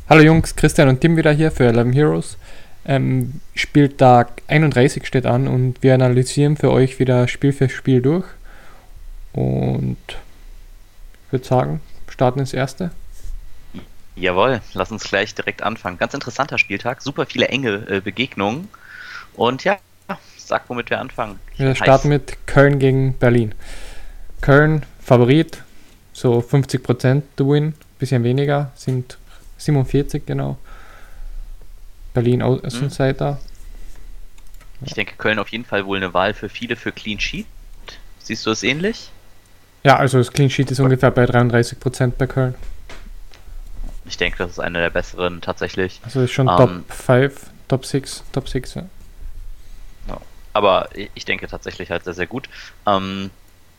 Hallo Jungs, Christian und Tim wieder hier für 11 Heroes. Spieltag 31 steht an und wir analysieren für euch wieder Spiel für Spiel durch. Und ich würde sagen, starten ins erste. Jawohl, lass uns gleich direkt anfangen. Ganz interessanter Spieltag, super viele enge Begegnungen. Und ja, sag, womit wir anfangen. Ich Wir bin starten heiß. mit Köln gegen Berlin. Köln Favorit, so 50% to win, bisschen weniger, sind 47 genau. Berlin Hm? Außenseiter. Ich denke, Köln auf jeden Fall wohl eine Wahl für viele für Clean Sheet. Siehst du es ähnlich? Ja, also das Clean Sheet ist ungefähr bei 33% bei Köln. Ich denke, das ist einer der besseren tatsächlich. Also ist schon Top Ähm, 5, Top 6, Top 6. Ja. ja. Aber ich denke tatsächlich halt sehr, sehr gut. Ähm,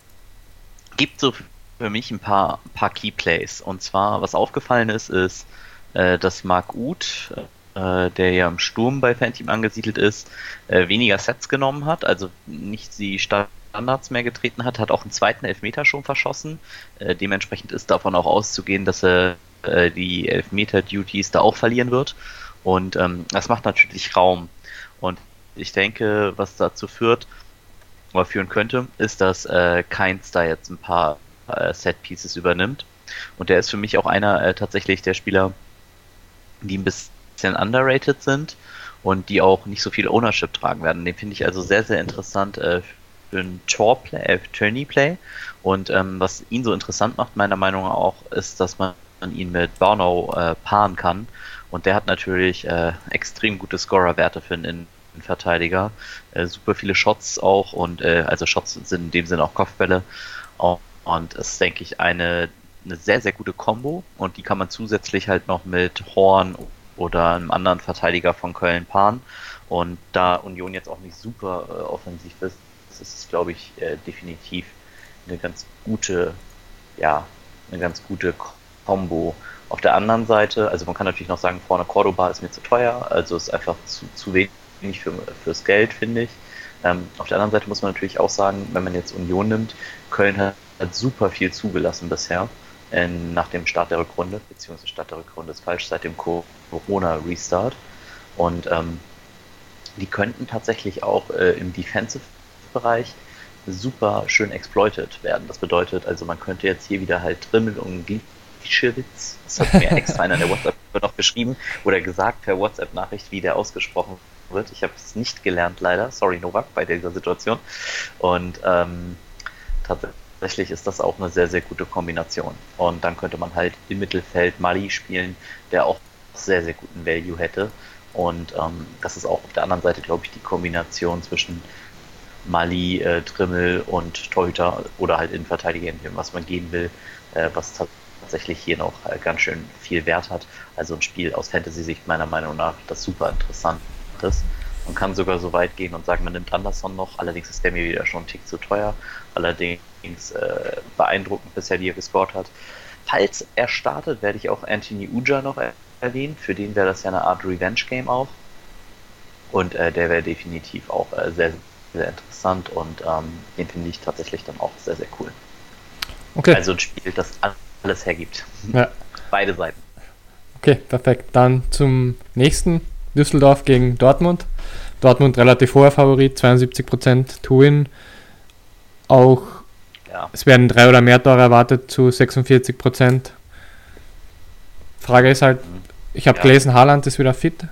Gibt so für mich ein paar Key Plays. Und zwar, was aufgefallen ist, dass Marc Uth, der ja im Sturm bei Fanteam angesiedelt ist, weniger Sets genommen hat, also nicht die Standards mehr getreten hat auch einen zweiten Elfmeter schon verschossen. Dementsprechend ist davon auch auszugehen, dass er die Elfmeter-Duties da auch verlieren wird. Und das macht natürlich Raum. Und ich denke, was dazu führt, oder führen könnte, ist, dass Keins da jetzt ein paar Set-Pieces übernimmt. Und der ist für mich auch einer tatsächlich der Spieler, die ein bisschen underrated sind und die auch nicht so viel Ownership tragen werden. Den finde ich also sehr, sehr interessant für ein Tourney-Play. Und was ihn so interessant macht, meiner Meinung nach auch, ist, dass man ihn mit Bornau paaren kann. Und der hat natürlich extrem gute Scorer-Werte für einen Innenverteidiger. Super viele Shots auch und also Shots sind in dem Sinne auch Kopfbälle. Und es ist, denke ich, eine sehr, sehr gute Combo und die kann man zusätzlich halt noch mit Horn oder einem anderen Verteidiger von Köln paaren. Und da Union jetzt auch nicht super offensiv ist es, glaube ich, definitiv eine ganz gute, ja, eine ganz gute Combo. Auf der anderen Seite, also man kann natürlich noch sagen, vorne Cordoba ist mir zu teuer, also ist einfach zu wenig fürs Geld, finde ich. Auf der anderen Seite muss man natürlich auch sagen, wenn man jetzt Union nimmt, Köln hat super viel zugelassen bisher nach dem Start der Rückrunde, beziehungsweise Start der Rückrunde ist falsch, seit dem Corona-Restart. Und die könnten tatsächlich auch im Defensive-Bereich super schön exploited werden. Das bedeutet, also man könnte jetzt hier wieder halt Trimmel und Gischewitz, das hat mir extra einer in der WhatsApp noch geschrieben oder gesagt per WhatsApp-Nachricht, wie der ausgesprochen wird. Ich habe es nicht gelernt, leider. Sorry, Novak, bei dieser Situation. Und tatsächlich ist das auch eine sehr, sehr gute Kombination. Und dann könnte man halt im Mittelfeld Mali spielen, der auch sehr, sehr guten Value hätte. Und das ist auch auf der anderen Seite, glaube ich, die Kombination zwischen Mali, Trimmel und Torhüter oder halt Innenverteidiger, in dem was man gehen will, was tatsächlich hier noch ganz schön viel Wert hat. Also ein Spiel aus Fantasy-Sicht meiner Meinung nach, das super interessant ist. Man kann sogar so weit gehen und sagen, man nimmt Anderson noch, allerdings ist der mir wieder schon einen Tick zu teuer. Allerdings beeindruckend bisher, wie er gescored hat. Falls er startet, werde ich auch Anthony Uja noch erwähnen. Für den wäre das ja eine Art Revenge-Game auch. Und der wäre definitiv auch sehr, sehr interessant und den finde ich tatsächlich dann auch sehr, sehr cool. Okay, Also ein Spiel, das alles hergibt. ja, Beide Seiten. okay, perfekt. Dann zum nächsten. Düsseldorf gegen Dortmund. Dortmund relativ hoher Favorit, 72% to win. Auch Ja. es werden 3 oder mehr Tore erwartet zu 46%. Frage ist halt, Mhm. ich habe Ja. gelesen, Haaland ist wieder fit.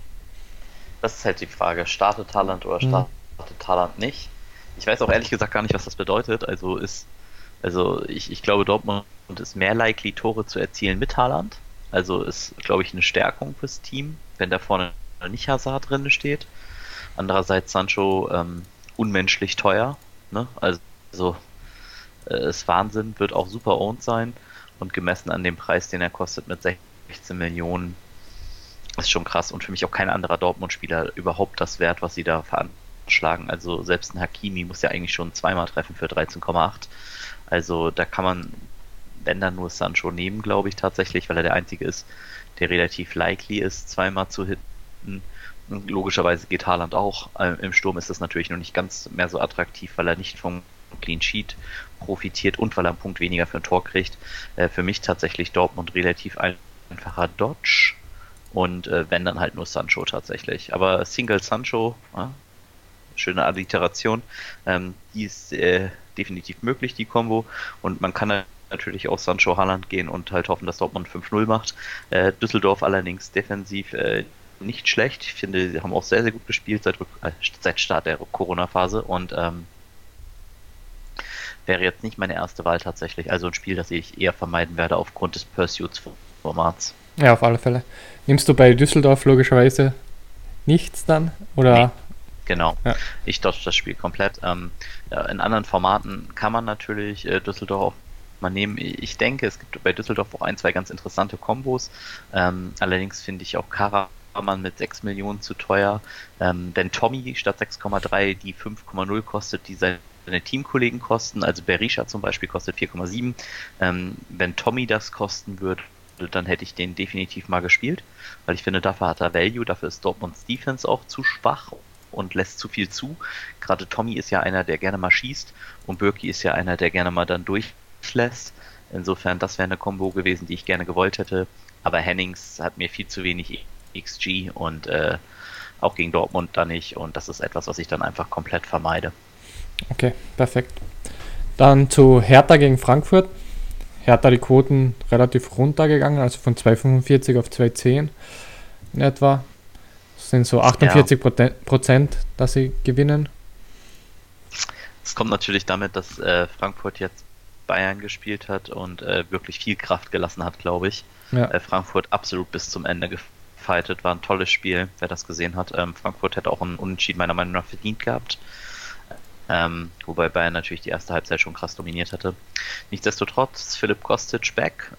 Das ist halt die Frage. Startet Haaland oder Hm. startet Haaland nicht? Ich weiß auch ehrlich gesagt gar nicht, was das bedeutet. Also ich glaube, Dortmund ist mehr likely, Tore zu erzielen mit Haaland. Also ist, glaube ich, eine Stärkung fürs Team, wenn da vorne nicht Hazard drin steht. Andererseits Sancho unmenschlich teuer. Ne? Also ist Wahnsinn, wird auch super owned sein. Und gemessen an dem Preis, den er kostet mit 16 Millionen, ist schon krass. Und für mich auch kein anderer Dortmund-Spieler überhaupt das wert, was sie da veranschlagen. Also selbst ein Hakimi muss ja eigentlich schon zweimal treffen für 13,8. Also da kann man, wenn dann nur Sancho nehmen, glaube ich tatsächlich, weil er der Einzige ist, der relativ likely ist, zweimal zu hitten. Und logischerweise geht Haaland auch. Im Sturm ist das natürlich noch nicht ganz mehr so attraktiv, weil er nicht vom Clean Sheet profitiert und weil er einen Punkt weniger für ein Tor kriegt. Für mich tatsächlich Dortmund relativ einfacher Dodge. und wenn dann halt nur Sancho tatsächlich. Aber Single Sancho, schöne Alliteration, die ist definitiv möglich, die Combo, und man kann natürlich auch Sancho Haaland gehen und halt hoffen, dass Dortmund 5-0 macht. Düsseldorf allerdings defensiv nicht schlecht. Ich finde, sie haben auch sehr, sehr gut gespielt seit Start der Corona-Phase und wäre jetzt nicht meine erste Wahl tatsächlich. Also ein Spiel, das ich eher vermeiden werde aufgrund des Pursuits-Formats. Ja, auf alle Fälle. Nimmst du bei Düsseldorf logischerweise nichts dann? Nee, Oder? genau. Ja, Ich dodge das Spiel komplett. Ja, in anderen Formaten kann man natürlich Düsseldorf auch mal nehmen. Ich denke, es gibt bei Düsseldorf auch ein, zwei ganz interessante Kombos. Allerdings finde ich auch Karaman mit 6 Millionen zu teuer. Wenn Tommy statt 6,3 die 5,0 kostet, die seine Teamkollegen kosten, also Berisha zum Beispiel kostet 4,7. Wenn Tommy das kosten würde, dann hätte ich den definitiv mal gespielt, weil ich finde, dafür hat er Value, dafür ist Dortmunds Defense auch zu schwach und lässt zu viel zu. Gerade Tommy ist ja einer, der gerne mal schießt, und Birki ist ja einer, der gerne mal dann durchlässt. Insofern, das wäre eine Combo gewesen, die ich gerne gewollt hätte. Aber Hennings hat mir viel zu wenig XG und auch gegen Dortmund da nicht. Und das ist etwas, was ich dann einfach komplett vermeide. okay, perfekt. Dann zu Hertha gegen Frankfurt. Hertha die Quoten relativ runtergegangen, also von 2,45 auf 2,10 in etwa. Das sind so 48%, dass sie gewinnen. Es kommt natürlich damit, dass Frankfurt jetzt Bayern gespielt hat und wirklich viel Kraft gelassen hat, glaube ich. Ja. Frankfurt absolut bis zum Ende gefightet, war ein tolles Spiel, wer das gesehen hat. Frankfurt hätte auch einen Unentschieden meiner Meinung nach verdient gehabt. Wobei Bayern natürlich die erste Halbzeit schon krass dominiert hatte. Nichtsdestotrotz, Philipp Kostic back.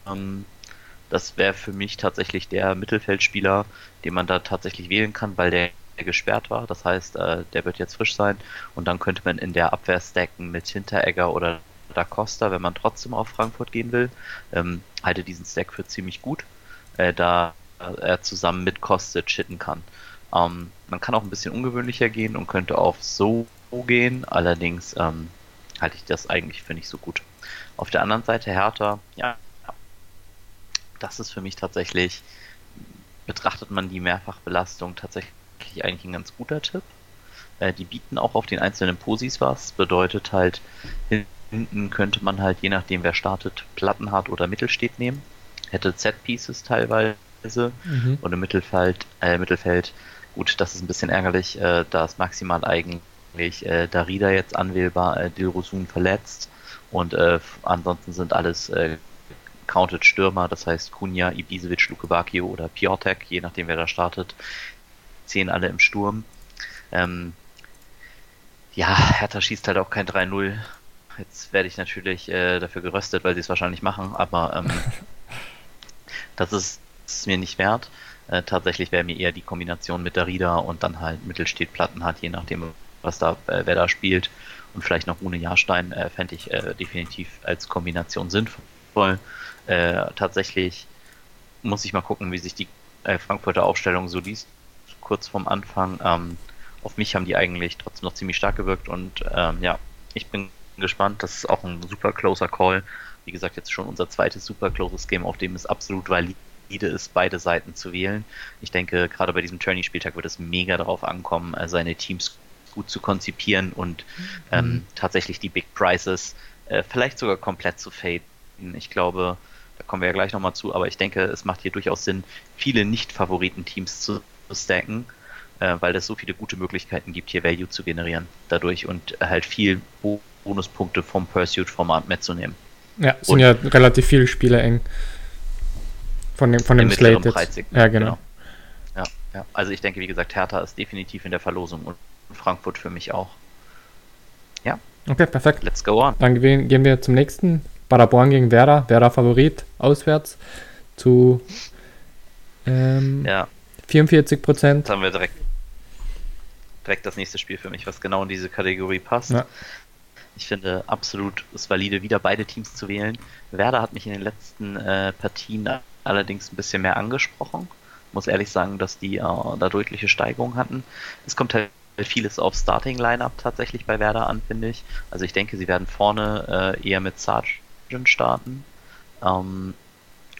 Das wäre für mich tatsächlich der Mittelfeldspieler, den man da tatsächlich wählen kann, weil der gesperrt war. Das heißt, der wird jetzt frisch sein, und dann könnte man in der Abwehr stacken mit Hinteregger oder Da Costa, wenn man trotzdem auf Frankfurt gehen will. Halte diesen Stack für ziemlich gut, da er zusammen mit Kostic hitten kann. Man kann auch ein bisschen ungewöhnlicher gehen und könnte auf so gehen, allerdings halte ich das eigentlich für nicht so gut. Auf der anderen Seite Hertha, ja, das ist für mich tatsächlich, betrachtet man die Mehrfachbelastung, tatsächlich eigentlich ein ganz guter Tipp. Die bieten auch auf den einzelnen Posis was, bedeutet halt, hinten könnte man halt, je nachdem wer startet, Plattenhardt oder Mittelstädt nehmen. Hätte Z-Pieces teilweise Mhm. und im Mittelfeld, gut, das ist ein bisschen ärgerlich, da ist maximal eigentlich Darida jetzt anwählbar, Dilrosun verletzt, und ansonsten sind alles Counted Stürmer, das heißt Kunja, Ibisevic, Luke Bacchio oder Piatek, je nachdem wer da startet, 10 alle im Sturm. Ja, Hertha schießt halt auch kein 3-0. Jetzt werde ich natürlich dafür geröstet, weil sie es wahrscheinlich machen, aber das ist mir nicht wert. Tatsächlich wäre mir eher die Kombination mit Darida und dann halt Mittelstädt Plattenhardt, je nachdem, wer da spielt, und vielleicht noch Rune Jahrstein, fände ich definitiv als Kombination sinnvoll. Tatsächlich muss ich mal gucken, wie sich die Frankfurter Aufstellung so liest, kurz vorm Anfang. Auf mich haben die eigentlich trotzdem noch ziemlich stark gewirkt, und ja, ich bin gespannt. Das ist auch ein super closer Call. Wie gesagt, jetzt schon unser zweites super closes Game, auf dem es absolut valide ist, beide Seiten zu wählen. Ich denke, gerade bei diesem Tourney-Spieltag wird es mega darauf ankommen, seine Teams gut zu konzipieren und tatsächlich die Big Prizes vielleicht sogar komplett zu faden. Ich glaube, da kommen wir ja gleich nochmal zu, aber ich denke, es macht hier durchaus Sinn, viele Nicht-Favoriten-Teams zu stacken, weil es so viele gute Möglichkeiten gibt, hier Value zu generieren dadurch und halt viel Bonuspunkte vom Pursuit-Format mitzunehmen. Ja, sind und ja relativ viele Spiele eng von dem Slate jetzt. Ja, genau. Ja. Also ich denke, wie gesagt, Hertha ist definitiv in der Verlosung und Frankfurt für mich auch. Ja. Okay, perfekt. Let's go on. Dann gehen wir zum nächsten. Paderborn gegen Werder. Werder Favorit auswärts zu 44%. Jetzt haben wir direkt das nächste Spiel für mich, was genau in diese Kategorie passt. Ja. Ich finde absolut es valide, wieder beide Teams zu wählen. Werder hat mich in den letzten Partien allerdings ein bisschen mehr angesprochen. Muss ehrlich sagen, dass die da deutliche Steigerungen hatten. Es kommt halt vieles auf Starting-Line-Up tatsächlich bei Werder an, finde ich. Also ich denke, sie werden vorne eher mit Sargent starten. Und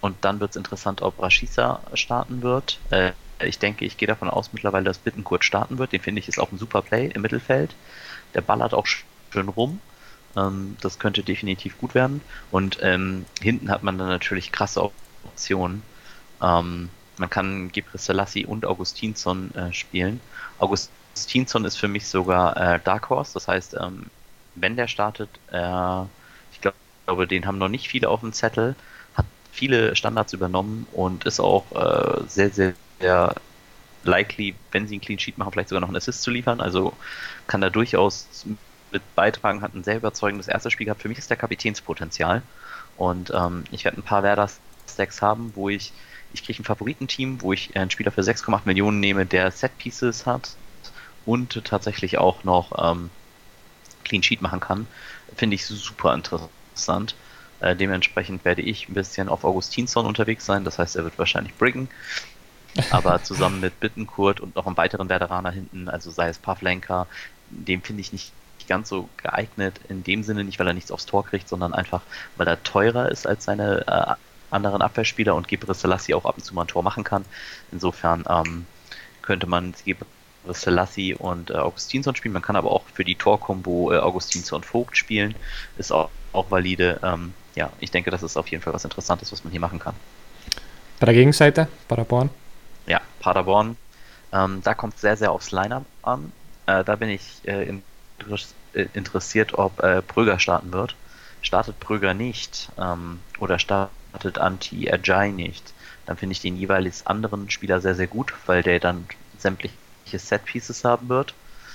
Und dann wird es interessant, ob Rashica starten wird. Ich gehe davon aus mittlerweile, dass Bittencourt starten wird. Den finde ich ist auch ein super Play im Mittelfeld. Der ballert auch schön rum. Das könnte definitiv gut werden. Und hinten hat man dann natürlich krasse Optionen. Man kann Gebre Selassie und Augustinsson spielen. Augustinsson ist für mich sogar Dark Horse. Das heißt, wenn der startet, ich glaube, den haben noch nicht viele auf dem Zettel, hat viele Standards übernommen und ist auch sehr, sehr, sehr likely, wenn sie einen Clean Sheet machen, vielleicht sogar noch einen Assist zu liefern. Also kann da durchaus mit beitragen, hat ein sehr überzeugendes erstes Spiel gehabt. Für mich ist der Kapitänspotenzial. Und ich werde ein paar Werder-Stacks haben, wo ich kriege ein Favoritenteam, wo ich einen Spieler für 6,8 Millionen nehme, der Set-Pieces hat und tatsächlich auch noch Clean Sheet machen kann. Finde ich super interessant. Dementsprechend werde ich ein bisschen auf Augustinsson unterwegs sein. Das heißt, er wird wahrscheinlich briggen. Aber zusammen mit Bittencourt und noch einem weiteren Werderaner hinten, also sei es Pavlenka, dem finde ich nicht ganz so geeignet. In dem Sinne nicht, weil er nichts aufs Tor kriegt, sondern einfach, weil er teurer ist als seine anderen Abwehrspieler und Gebre Selassie auch ab und zu mal ein Tor machen kann. Insofern könnte man Gebre Selassie und Augustinsson spielen. Man kann aber auch für die Torkombo Augustinsson und Vogt spielen. Ist auch valide. Ja, ich denke, das ist auf jeden Fall was Interessantes, was man hier machen kann. Bei der Gegenseite, Paderborn. Ja, Paderborn. Da kommt es sehr, sehr aufs Line-Up an. Da bin ich interessiert, ob Pröger starten wird. Startet Pröger nicht oder startet Anti-Ajay nicht, dann finde ich den jeweils anderen Spieler sehr, sehr gut, weil der dann sämtliche Set-Pieces haben wird.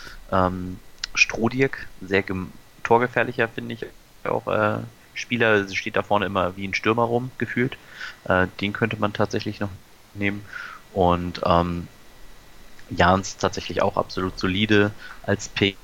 Strodiek, sehr torgefährlicher, finde ich auch. Spieler steht da vorne immer wie ein Stürmer rum, gefühlt. Den könnte man tatsächlich noch nehmen. Und Jans tatsächlich auch absolut solide als Pick.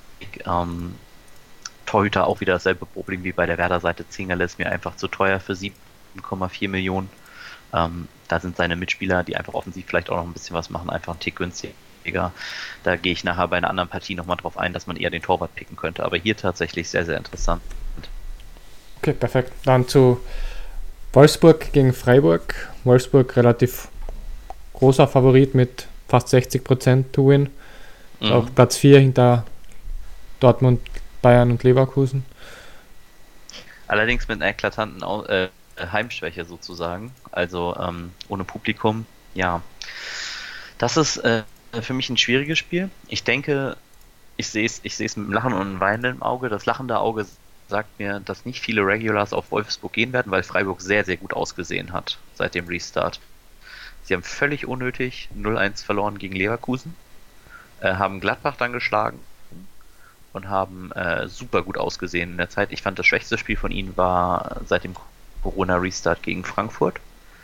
Torhüter auch wieder dasselbe Problem wie bei der Werder-Seite. Zingerle ist mir einfach zu teuer für 7,4 Millionen. Da sind seine Mitspieler, die einfach offensiv vielleicht auch noch ein bisschen was machen, einfach ein Tick günstiger. Da gehe ich nachher bei einer anderen Partie nochmal drauf ein, dass man eher den Torwart picken könnte. Aber hier tatsächlich sehr, sehr interessant. Okay, perfekt. Dann zu Wolfsburg gegen Freiburg. Wolfsburg relativ großer Favorit mit fast 60% to win. Auch Platz 4 hinter Dortmund, Bayern und Leverkusen. Allerdings mit einer eklatanten Heimschwäche sozusagen. Also ohne Publikum. Ja, das ist für mich ein schwieriges Spiel. Ich denke, ich sehe es mit einem Lachen und einem weinenden Auge. Das lachende Auge sagt mir, dass nicht viele Regulars auf Wolfsburg gehen werden, weil Freiburg sehr, sehr gut ausgesehen hat seit dem Restart. Sie haben völlig unnötig 0-1 verloren gegen Leverkusen, haben Gladbach dann geschlagen und haben super gut ausgesehen in der Zeit. Ich fand, das schwächste Spiel von ihnen war seit dem Corona-Restart gegen Frankfurt.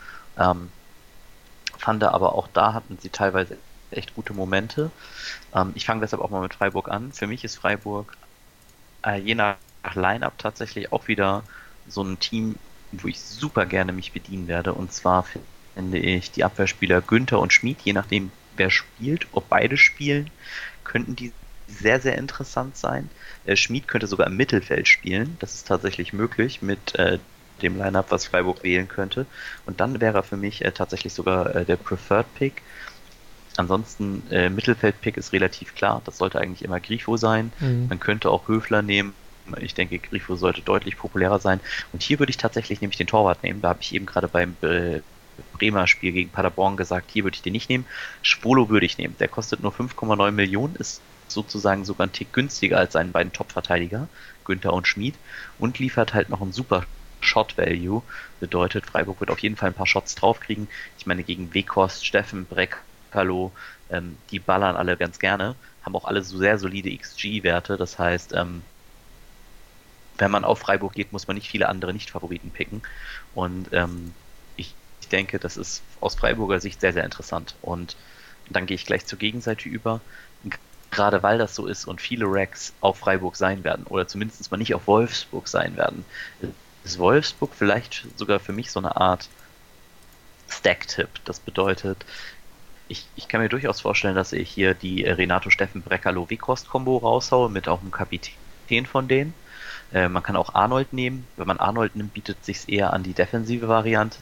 Fand aber auch da hatten sie teilweise echt gute Momente. Ich fange deshalb auch mal mit Freiburg an. Für mich ist Freiburg je nach Line-Up tatsächlich auch wieder so ein Team, wo ich super gerne mich bedienen werde. Und zwar finde ich die Abwehrspieler Günther und Schmid, je nachdem wer spielt, ob beide spielen, könnten die sehr, sehr interessant sein. Schmid könnte sogar im Mittelfeld spielen. Das ist tatsächlich möglich mit dem Line-Up, was Freiburg wählen könnte. Und dann wäre er für mich tatsächlich sogar der Preferred Pick. Ansonsten Mittelfeld-Pick ist relativ klar. Das sollte eigentlich immer Grifo sein. Man könnte auch Höfler nehmen. Ich denke, Grifo sollte deutlich populärer sein. Und hier würde ich tatsächlich nämlich den Torwart nehmen. Da habe ich eben gerade beim Bremer Spiel gegen Paderborn gesagt, hier würde ich den nicht nehmen. Schwolo würde ich nehmen. Der kostet nur 5,9 Millionen, ist sozusagen sogar ein Tick günstiger als seinen beiden Top-Verteidiger, Günther und Schmid, und liefert halt noch ein super Shot-Value. Bedeutet, Freiburg wird auf jeden Fall ein paar Shots draufkriegen. Ich meine, gegen Weghorst, Steffen, Brekalo, die ballern alle ganz gerne, haben auch alle so sehr solide XG-Werte. Das heißt, wenn man auf Freiburg geht, muss man nicht viele andere Nicht-Favoriten picken. Und ich denke, das ist aus Freiburger Sicht sehr, sehr interessant. Und dann gehe ich gleich zur Gegenseite über. Gerade weil das so ist und viele Racks auf Freiburg sein werden oder zumindest mal nicht auf Wolfsburg sein werden, ist Wolfsburg vielleicht sogar für mich so eine Art Stack-Tipp. Das bedeutet, ich kann mir durchaus vorstellen, dass ich hier die Renato Steffen Brekalo Weghorst-Kombo raushaue mit auch einem Kapitän von denen. Man kann auch Arnold nehmen. Wenn man Arnold nimmt, bietet sich eher an die defensive Variante.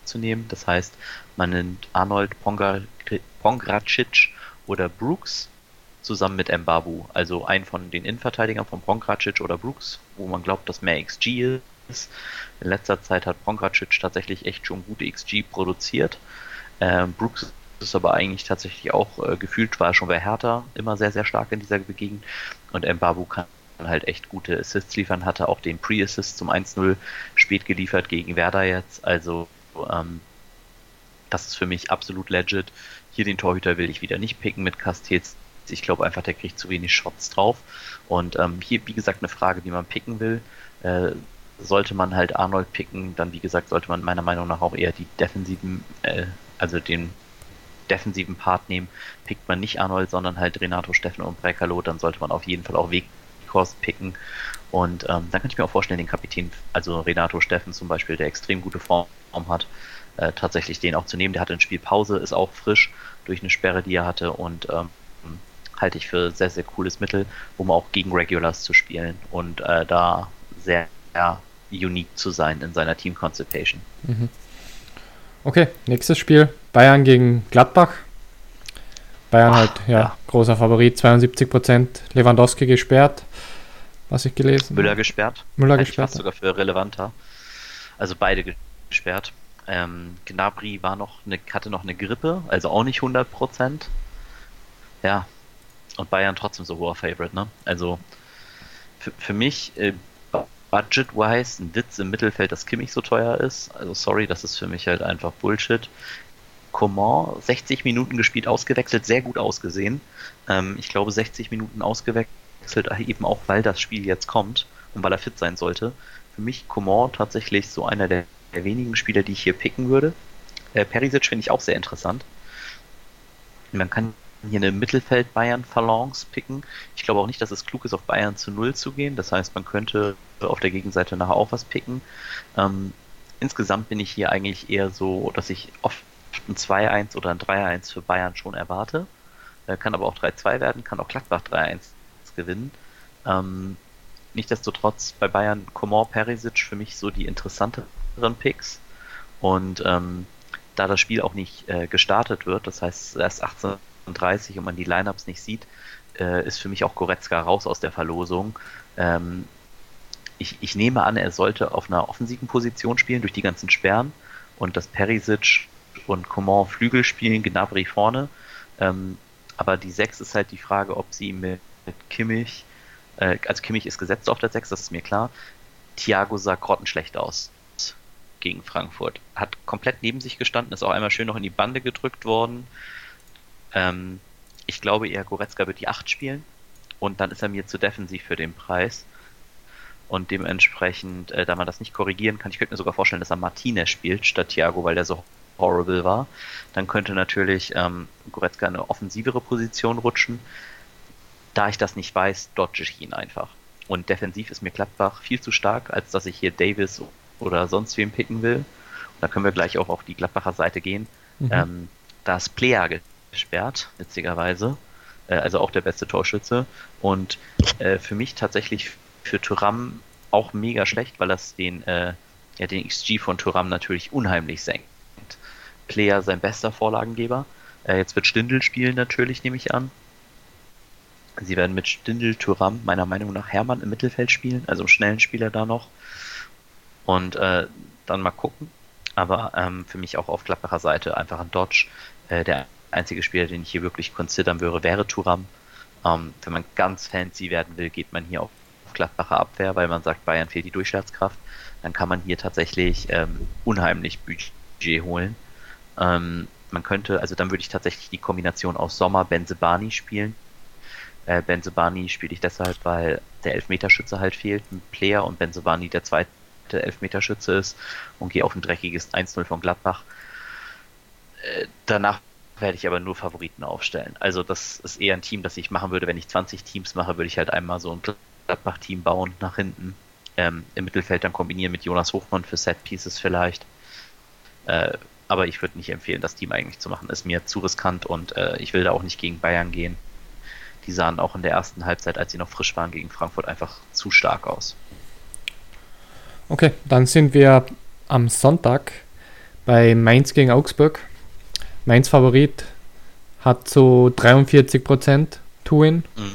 zu nehmen. Das heißt, man nimmt Arnold, Pongracic oder Brooks zusammen mit Mbabu. Also einen von den Innenverteidigern von Pongracic oder Brooks, wo man glaubt, dass mehr XG ist. In letzter Zeit hat Pongracic tatsächlich echt schon gute XG produziert. Brooks ist aber eigentlich tatsächlich auch gefühlt, war schon bei Hertha immer sehr, sehr stark in dieser Gegend. Und Mbabu kann halt echt gute Assists liefern, hatte auch den Pre-Assist zum 1-0 spät geliefert gegen Werder jetzt. Also das ist für mich absolut legit. Hier den Torhüter will ich wieder nicht picken mit Castells. Ich glaube einfach, der kriegt zu wenig Shots drauf. Und hier, wie gesagt, eine Frage, die man picken will. Sollte man halt Arnold picken, dann wie gesagt, sollte man meiner Meinung nach auch eher die defensiven, also den defensiven Part nehmen. Pickt man nicht Arnold, sondern halt Renato, Steffen und Brekalo, dann sollte man auf jeden Fall auch Weghorst picken. Und dann kann ich mir auch vorstellen, den Kapitän, also Renato Steffen zum Beispiel, der extrem gute Form hat, tatsächlich den auch zu nehmen. Der hatte eine Spielpause, ist auch frisch durch eine Sperre, die er hatte und halte ich für sehr, sehr cooles Mittel, um auch gegen Regulars zu spielen und da sehr unique zu sein in seiner Team Consultation. Mhm. Okay, nächstes Spiel. Bayern gegen Gladbach. Bayern großer Favorit, 72%. Lewandowski gesperrt, was ich gelesen Müller gesperrt. Müller gesperrt. Fast sogar für relevanter. Also beide gesperrt. Gnabry hatte noch eine Grippe, also auch nicht 100%. Ja, und Bayern trotzdem so hoher Favorite, ne? Also für mich budget-wise ein Witz im Mittelfeld, dass Kimmich so teuer ist. Also sorry, das ist für mich halt einfach Bullshit. Coman, 60 Minuten gespielt, ausgewechselt, sehr gut ausgesehen. Ich glaube 60 Minuten ausgewechselt, eben auch weil das Spiel jetzt kommt und weil er fit sein sollte. Für mich Coman tatsächlich so einer der wenigen Spieler, die ich hier picken würde. Perisic finde ich auch sehr interessant. Man kann hier eine Mittelfeld-Bayern-Phalanx picken. Ich glaube auch nicht, dass es klug ist, auf Bayern zu 0 zu gehen. Das heißt, man könnte auf der Gegenseite nachher auch was picken. Insgesamt bin ich hier eigentlich eher so, dass ich oft ein 2-1 oder ein 3-1 für Bayern schon erwarte. Kann aber auch 3-2 werden, kann auch Gladbach 3-1 gewinnen. Nichtsdestotrotz bei Bayern Coman, Perisic für mich so die interessanteren Picks. Und da das Spiel auch nicht gestartet wird, das heißt erst 18:30 und man die Lineups nicht sieht, ist für mich auch Goretzka raus aus der Verlosung. Ich nehme an, er sollte auf einer offensiven Position spielen durch die ganzen Sperren und dass Perisic und Coman Flügel spielen, Gnabry vorne. Aber die 6 ist halt die Frage, ob sie mit Kimmich, also Kimmich ist gesetzt auf der 6, das ist mir klar. Thiago sah grottenschlecht aus gegen Frankfurt. Hat komplett neben sich gestanden, ist auch einmal schön noch in die Bande gedrückt worden. Ich glaube eher, Goretzka wird die 8 spielen und dann ist er mir zu defensiv für den Preis. Und dementsprechend, da man das nicht korrigieren kann, ich könnte mir sogar vorstellen, dass er Martinez spielt statt Thiago, weil der so horrible war. Dann könnte natürlich Goretzka in eine offensivere Position rutschen. Da ich das nicht weiß, dodge ich ihn einfach. Und defensiv ist mir Gladbach viel zu stark, als dass ich hier Davis oder sonst wem picken will. Und da können wir gleich auch auf die Gladbacher Seite gehen. Da ist Plea gesperrt, witzigerweise. Also auch der beste Torschütze. Und für mich tatsächlich für Thuram auch mega schlecht, weil das den XG von Thuram natürlich unheimlich senkt. Plea sein bester Vorlagengeber. Jetzt wird Stindl spielen natürlich, nehme ich an. Sie werden mit Stindl, Thuram, meiner Meinung nach Hermann im Mittelfeld spielen, also einen schnellen Spieler da noch. Und dann mal gucken. Aber für mich auch auf Gladbacher Seite einfach ein Dodge. Der einzige Spieler, den ich hier wirklich considern würde, wäre Thuram. Wenn man ganz fancy werden will, geht man hier auf Gladbacher Abwehr, weil man sagt, Bayern fehlt die Durchschlagskraft. Dann kann man hier tatsächlich unheimlich Budget holen. Man könnte, also dann würde ich tatsächlich die Kombination aus Sommer, Bensebaini spielen. Bensebaini spiele ich deshalb, weil der Elfmeterschütze halt fehlt, mit Plea und Bensebaini der zweite Elfmeterschütze ist und gehe auf ein dreckiges 1-0 von Gladbach. Danach werde ich aber nur Favoriten aufstellen. Also das ist eher ein Team, das ich machen würde. Wenn ich 20 Teams mache, würde ich halt einmal so ein Gladbach-Team bauen nach hinten. Im Mittelfeld dann kombinieren mit Jonas Hofmann für Set-Pieces vielleicht. Aber ich würde nicht empfehlen, das Team eigentlich zu machen. Ist mir zu riskant und ich will da auch nicht gegen Bayern gehen. Die sahen auch in der ersten Halbzeit, als sie noch frisch waren gegen Frankfurt, einfach zu stark aus. Okay, dann sind wir am Sonntag bei Mainz gegen Augsburg. Mainz Favorit hat so 43% To-Win. Mhm.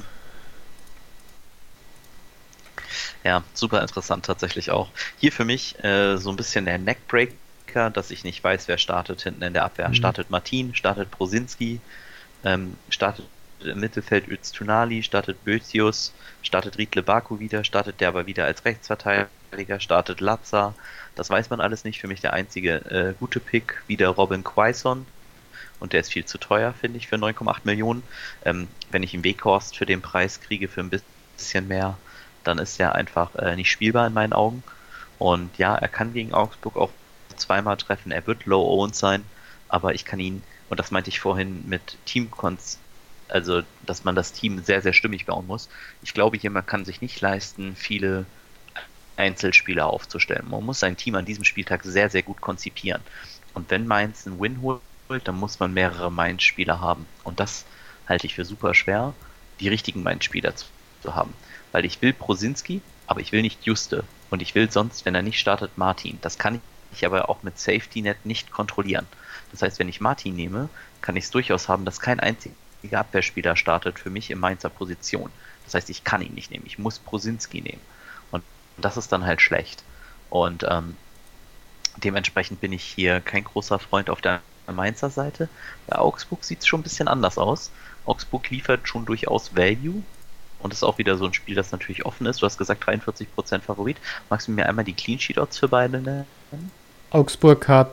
Ja, super interessant tatsächlich auch. Hier für mich so ein bisschen der Neckbreaker, dass ich nicht weiß, wer startet hinten in der Abwehr. Startet Martin, startet Brosinski, startet im Mittelfeld Öztunali, startet Bözius, startet Riedle Baku wieder, startet der aber wieder als Rechtsverteidiger, startet Latza. Das weiß man alles nicht. Für mich der einzige gute Pick, wieder Robin Quaison. Und der ist viel zu teuer, finde ich, für 9,8 Millionen. Wenn ich einen Weghorst für den Preis kriege, für ein bisschen mehr, dann ist er einfach nicht spielbar in meinen Augen. Und ja, er kann gegen Augsburg auch zweimal treffen. Er wird low-owned sein, aber ich kann ihn, und das meinte ich vorhin mit also dass man das Team sehr, sehr stimmig bauen muss. Ich glaube, jemand kann sich nicht leisten, viele Einzelspieler aufzustellen. Man muss sein Team an diesem Spieltag sehr, sehr gut konzipieren. Und wenn Mainz einen Win holt, dann muss man mehrere Mainz-Spieler haben. Und das halte ich für super schwer, die richtigen Mainz-Spieler zu haben. Weil ich will Brosinski, aber ich will nicht Juste. Und ich will sonst, wenn er nicht startet, Martin. Das kann ich aber auch mit Safety Net nicht kontrollieren. Das heißt, wenn ich Martin nehme, kann ich es durchaus haben, dass kein einziger Abwehrspieler startet für mich in Mainzer Position. Das heißt, ich kann ihn nicht nehmen. Ich muss Brosinski nehmen. Und das ist dann halt schlecht. Und dementsprechend bin ich hier kein großer Freund auf der Mainzer Seite. Bei Augsburg sieht es schon ein bisschen anders aus. Augsburg liefert schon durchaus Value. Und das ist auch wieder so ein Spiel, das natürlich offen ist. Du hast gesagt 43% Favorit. Magst du mir einmal die Clean Sheet Odds für beide nennen? Augsburg hat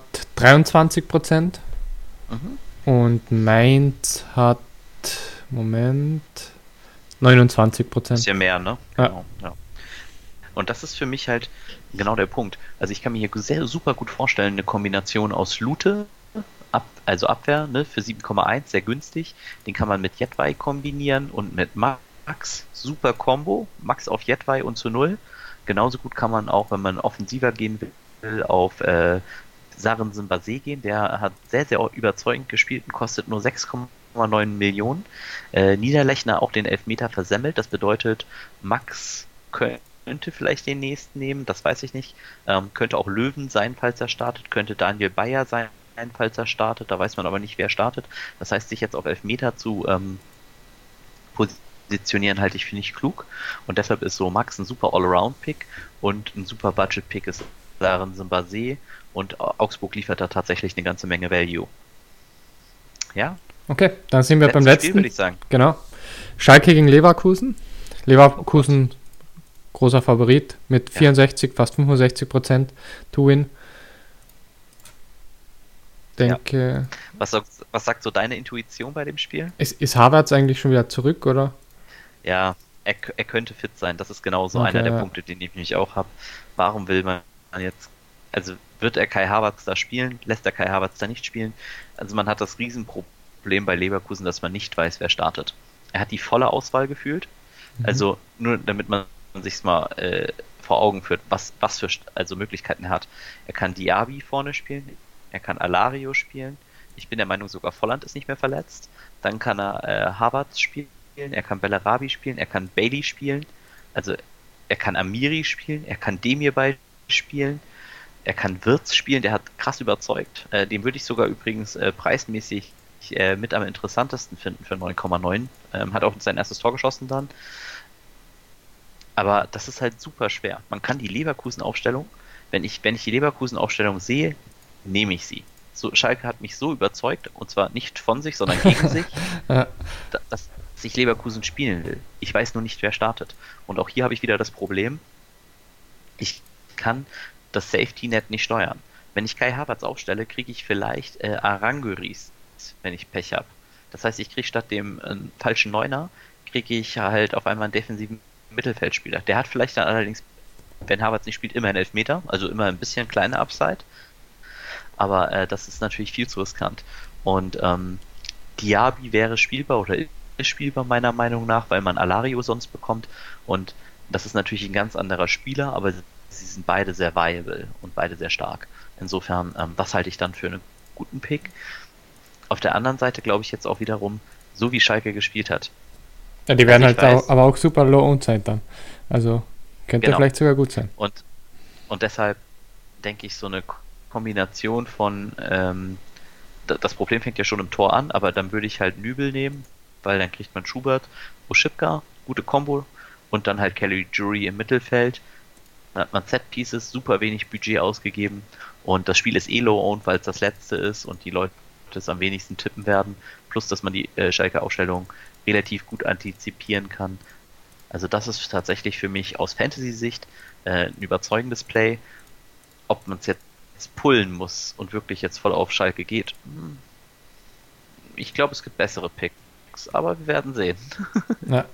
23% und Mainz hat, Moment, 29%. Ist ja mehr, ne? Ja. Genau, ja. Und das ist für mich halt genau der Punkt. Also ich kann mir hier sehr super gut vorstellen, eine Kombination aus Lute, also Abwehr, ne, für 7,1, sehr günstig. Den kann man mit Jedwai kombinieren und mit Max, super Combo. Max auf Jedwai und zu 0. Genauso gut kann man auch, wenn man offensiver gehen will, auf Sarensen Basé gehen. Der hat sehr, sehr überzeugend gespielt und kostet nur 6,9 Millionen. Niederlechner auch den Elfmeter versemmelt. Das bedeutet, Max könnte vielleicht den nächsten nehmen, das weiß ich nicht. Könnte auch Löwen sein, falls er startet. Könnte Daniel Bayer sein, falls er startet. Da weiß man aber nicht, wer startet. Das heißt, sich jetzt auf Elfmeter zu positionieren, halte ich für nicht klug. Und deshalb ist so Max ein super All-Around-Pick und ein super Budget-Pick ist Sarensen Basé. Und Augsburg liefert da tatsächlich eine ganze Menge Value. Ja? Okay, dann sind wir beim letzten. Spiel, würde ich sagen. Genau. Schalke gegen Leverkusen. Leverkusen, großer Favorit mit 64, fast 65% To-Win. Denke. Ja. Was sagt so deine Intuition bei dem Spiel? Ist Havertz eigentlich schon wieder zurück, oder? Ja, er könnte fit sein. Das ist genau so einer der Punkte, den ich nämlich auch habe. Warum will man jetzt, also wird er Kai Havertz da spielen? Lässt er Kai Havertz da nicht spielen? Also man hat das Riesenproblem bei Leverkusen, dass man nicht weiß, wer startet. Er hat die volle Auswahl gefühlt. Also nur damit man sich mal vor Augen führt, was für Möglichkeiten er hat. Er kann Diaby vorne spielen, er kann Alario spielen. Ich bin der Meinung, sogar Volland ist nicht mehr verletzt. Dann kann er Havertz spielen, er kann Bellarabi spielen, er kann Bailey spielen. Also er kann Amiri spielen, er kann Demirbay spielen, er kann Wirtz spielen, der hat krass überzeugt. Den würde ich sogar übrigens preismäßig mit am interessantesten finden für 9,9. Hat auch sein erstes Tor geschossen dann. Aber das ist halt super schwer. Man kann die Leverkusen-Aufstellung, wenn ich die Leverkusen-Aufstellung sehe, nehme ich sie. So, Schalke hat mich so überzeugt, und zwar nicht von sich, sondern gegen sich, dass ich Leverkusen spielen will. Ich weiß nur nicht, wer startet. Und auch hier habe ich wieder das Problem, ich kann das Safety-Net nicht steuern. Wenn ich Kai Havertz aufstelle, kriege ich vielleicht Aranguiz, wenn ich Pech habe. Das heißt, ich kriege statt dem falschen Neuner, kriege ich halt auf einmal einen defensiven Mittelfeldspieler. Der hat vielleicht dann allerdings, wenn Havertz nicht spielt, immer einen Elfmeter, also immer ein bisschen kleine Upside. Aber das ist natürlich viel zu riskant. Und Diaby wäre spielbar oder ist spielbar meiner Meinung nach, weil man Alario sonst bekommt. Und das ist natürlich ein ganz anderer Spieler, aber sie sind beide sehr viable und beide sehr stark. Insofern, das halte ich dann für einen guten Pick. Auf der anderen Seite glaube ich jetzt auch wiederum, so wie Schalke gespielt hat. Ja, die werden halt aber auch super low-owned sein dann. Also könnte vielleicht sogar gut sein. Und deshalb denke ich, so eine Kombination von, das Problem fängt ja schon im Tor an, aber dann würde ich halt Nübel nehmen, weil dann kriegt man Schubert, Oschipka, gute Kombo und dann halt Kelly Jury im Mittelfeld. Dann hat man Set-Pieces, super wenig Budget ausgegeben und das Spiel ist low-owned, weil es das letzte ist und die Leute es am wenigsten tippen werden. Plus, dass man die Schalke-Aufstellung relativ gut antizipieren kann. Also das ist tatsächlich für mich aus Fantasy-Sicht ein überzeugendes Play. Ob man es jetzt pullen muss und wirklich jetzt voll auf Schalke geht, ich glaube, es gibt bessere Picks, aber wir werden sehen. Ja.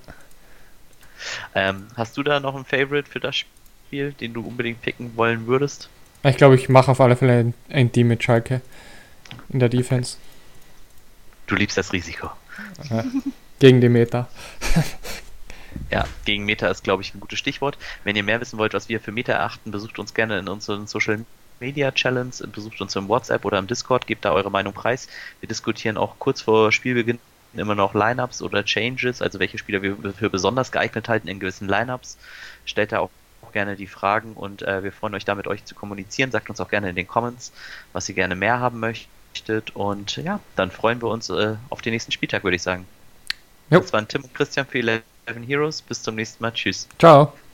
Hast du da noch einen Favorite für das Spiel, den du unbedingt picken wollen würdest? Ich glaube, ich mache auf alle Fälle ein Team mit Schalke in der Defense. Du liebst das Risiko. Ja. Gegen die Meta. Ja, gegen Meta ist, glaube ich, ein gutes Stichwort. Wenn ihr mehr wissen wollt, was wir für Meta erachten, besucht uns gerne in unseren Social Media Challenge, besucht uns im WhatsApp oder im Discord, gebt da eure Meinung preis. Wir diskutieren auch kurz vor Spielbeginn immer noch Lineups oder Changes, also welche Spieler wir für besonders geeignet halten in gewissen Lineups. Stellt da auch gerne die Fragen und wir freuen euch da mit euch zu kommunizieren. Sagt uns auch gerne in den Comments, was ihr gerne mehr haben möchtet und ja, dann freuen wir uns auf den nächsten Spieltag, würde ich sagen. Jo. Das waren Tim und Christian für 11 Heroes. Bis zum nächsten Mal. Tschüss. Ciao.